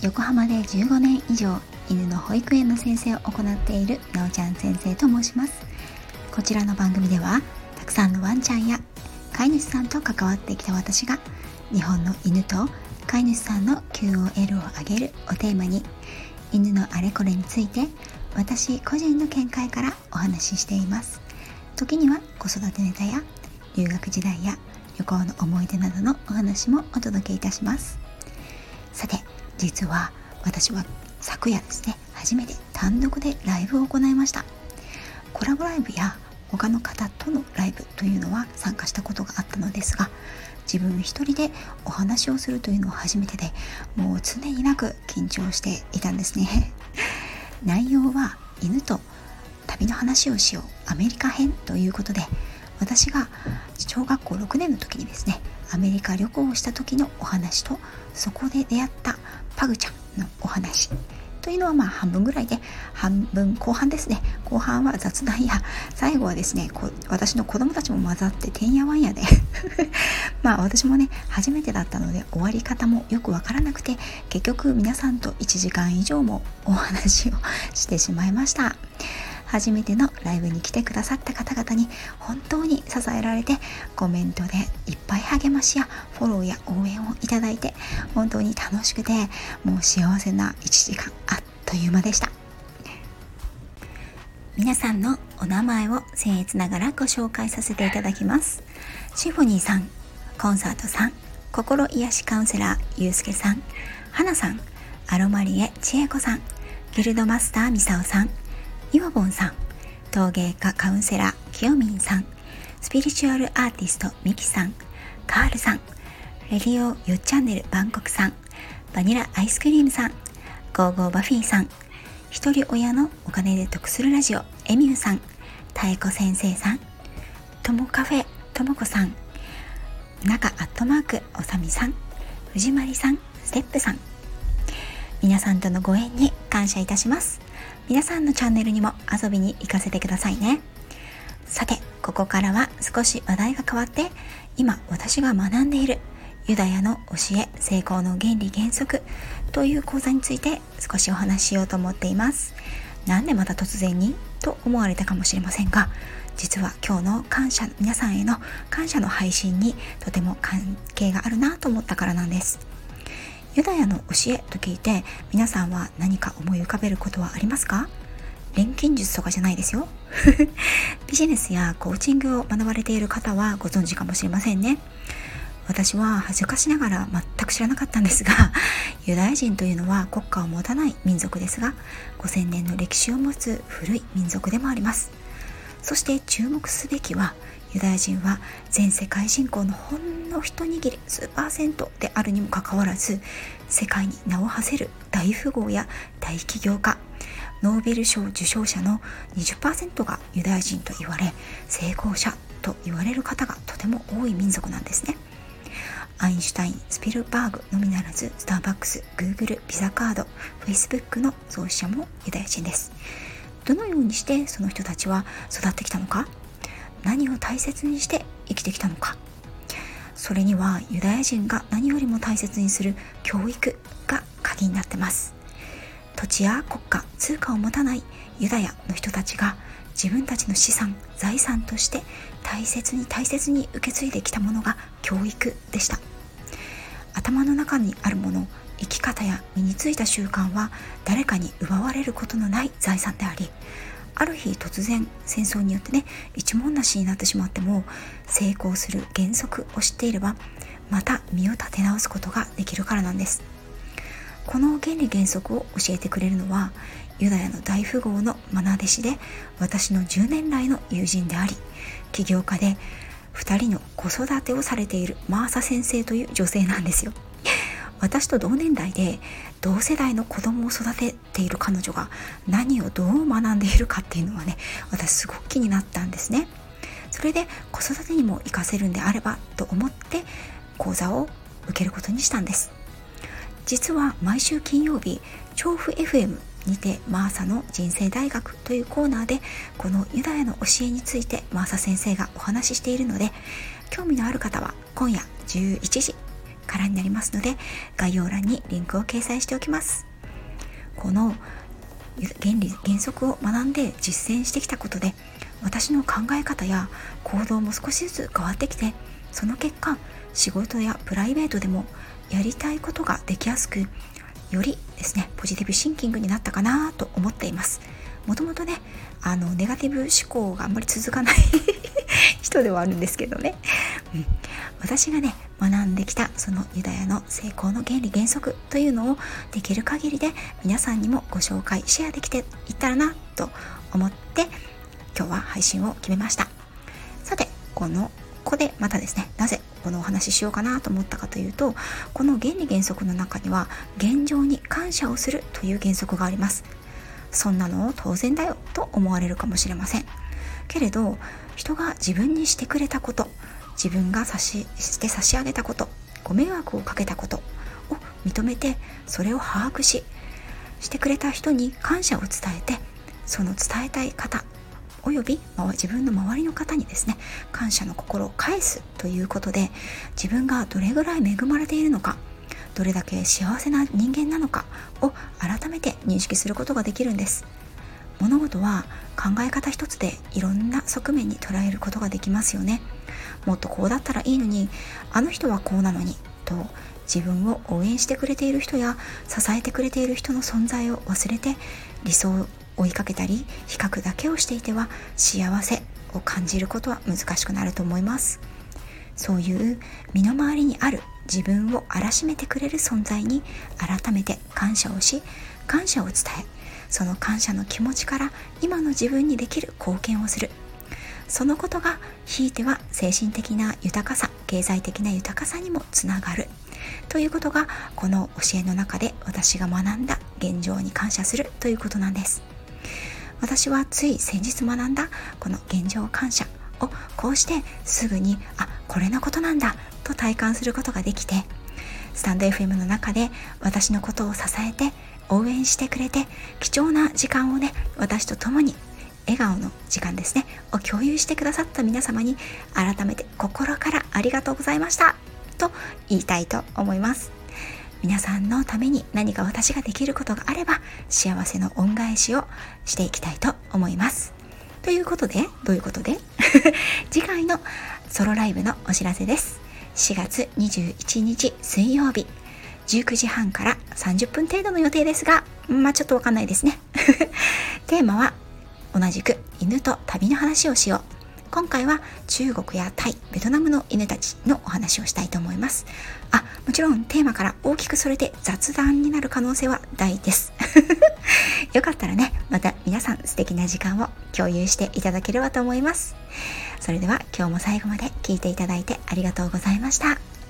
横浜で15年以上犬の保育園の先生を行っているなおちゃん先生と申します。こちらの番組ではたくさんのワンちゃんや飼い主さんと関わってきた私が日本の犬と飼い主さんの QOL を上げるをテーマに犬のあれこれについて私個人の見解からお話ししています。時には子育てネタや留学時代や旅行の思い出などのお話もお届けいたします。さて、実は私は昨夜ですね、初めて単独でライブを行いました。コラボライブや他の方とのライブというのは参加したことがあったのですが、自分一人でお話をするというのは初めてで、もう常になく緊張していたんですね。内容は犬と旅の話をしようアメリカ編ということで、私が小学校6年の時にですね、アメリカ旅行をした時のお話と、そこで出会ったパグちゃんのお話というのは半分ぐらいで、半分後半ですね、後半は雑談や、最後はですね、私の子供たちも混ざっててんやわんやで私もね初めてだったので終わり方もよくわからなくて、結局皆さんと1時間以上もお話をしてしまいました。初めてのライブに来てくださった方々に本当に支えられて、コメントでいっぱい励ましやフォローや応援をいただいて、本当に楽しくて、もう幸せな1時間あっという間でした。皆さんのお名前を僭越ながらご紹介させていただきます。シンフォニーさん、コンサートさん、心癒しカウンセラーゆうすけさん、はなさん、アロマリエちえこさん、ギルドマスターみさおさん、いわぼんさん、陶芸家カウンセラーきよみんさん、スピリチュアルアーティストみきさん、カールさん、レディオよっチャンネルバンコクさん、バニラアイスクリームさん、ゴーゴーバフィーさん、一人親のお金で得するラジオエミューさん、たえこ先生さん、ともカフェともこさん、中アットマークおさみさん、藤まりさん、ステップさん、皆さんとのご縁に感謝いたします。皆さんのチャンネルにも遊びに行かせてくださいね。さて、ここからは少し話題が変わって、今私が学んでいるユダヤの教え、成功の原理原則という講座について少しお話ししようと思っています。なんでまた突然にと思われたかもしれませんが、実は今日の皆さんへの感謝の配信にとても関係があるなと思ったからなんです。ユダヤの教えと聞いて、皆さんは何か思い浮かべることはありますか？錬金術とかじゃないですよ。ビジネスやコーチングを学ばれている方はご存知かもしれませんね。私は恥ずかしながら全く知らなかったんですが、ユダヤ人というのは国家を持たない民族ですが、5000年の歴史を持つ古い民族でもあります。そして注目すべきは、ユダヤ人は全世界人口のほんの一握り数%であるにもかかわらず、世界に名を馳せる大富豪や大起業家、ノーベル賞受賞者の 20% がユダヤ人と言われ、成功者と言われる方がとても多い民族なんですね。アインシュタイン、スピルバーグのみならず、スターバックス、グーグル、ビザカード、フェイスブックの創始者もユダヤ人です。どのようにしてその人たちは育ってきたのか、何を大切にして生きてきたのか、それにはユダヤ人が何よりも大切にする教育が鍵になってます。土地や国家、通貨を持たないユダヤの人たちが自分たちの資産、財産として大切に受け継いできたものが教育でした。頭の中にあるもの、生き方や身についた習慣は誰かに奪われることのない財産であり、ある日突然戦争によって一文無しになってしまっても、成功する原則を知っていればまた身を立て直すことができるからなんです。この原理原則を教えてくれるのは、ユダヤの大富豪の愛弟子で、私の10年来の友人であり、起業家で2人の子育てをされているマーサ先生という女性なんですよ。私と同年代で同世代の子供を育てている彼女が何をどう学んでいるかっていうのは私すごく気になったんですね。それで子育てにも活かせるんであればと思って講座を受けることにしたんです。実は毎週金曜日、調布 FM にてマーサの人生大学というコーナーで、このユダヤの教えについてマーサ先生がお話ししているので、興味のある方は今夜11時からになりますので、概要欄にリンクを掲載しておきます。この原理原則を学んで実践してきたことで、私の考え方や行動も少しずつ変わってきて、その結果仕事やプライベートでもやりたいことができやすく、よりですねポジティブシンキングになったかなと思っています。もともとねネガティブ思考があんまり続かない人ではあるんですけどね、私がね学んできたそのユダヤの成功の原理原則というのをできる限りで皆さんにもご紹介シェアできていったらなと思って今日は配信を決めました。さてここでまたですね、なぜこのお話ししようかなと思ったかというと、この原理原則の中には現状に感謝をするという原則があります。そんなの当然だよと思われるかもしれませんけれど、人が自分にしてくれたこと、自分が差し上げたこと、ご迷惑をかけたことを認めて、それを把握してくれた人に感謝を伝えて、その伝えたい方および自分の周りの方にですね感謝の心を返すということで、自分がどれぐらい恵まれているのか、どれだけ幸せな人間なのかを改めて認識することができるんです。物事は考え方一つでいろんな側面に捉えることができますよね。もっとこうだったらいいのに、あの人はこうなのにと、自分を応援してくれている人や支えてくれている人の存在を忘れて、理想を追いかけたり比較だけをしていては幸せを感じることは難しくなると思います。そういう身の回りにある自分を荒らしめてくれる存在に改めて感謝をし、感謝を伝え、その感謝の気持ちから今の自分にできる貢献をする。そのことがひいては精神的な豊かさ、経済的な豊かさにもつながるということが、この教えの中で私が学んだ現状に感謝するということなんです。私はつい先日学んだこの現状感謝をこうしてすぐにこれのことなんだと体感することができて、スタンド FM の中で私のことを支えて応援してくれて、貴重な時間をね私と共に笑顔の時間ですねを共有してくださった皆様に改めて心からありがとうございましたと言いたいと思います。皆さんのために何か私ができることがあれば幸せの恩返しをしていきたいと思います。ということで次回のソロライブのお知らせです。4月21日水曜日19時半から30分程度の予定ですが、ちょっとわかんないですねテーマは同じく犬と旅の話をしよう。今回は中国やタイ、ベトナムの犬たちのお話をしたいと思います。もちろんテーマから大きくそれて雑談になる可能性は大ですよかったらね、また皆さん素敵な時間を共有していただければと思います。それでは今日も最後まで聞いていただいてありがとうございました。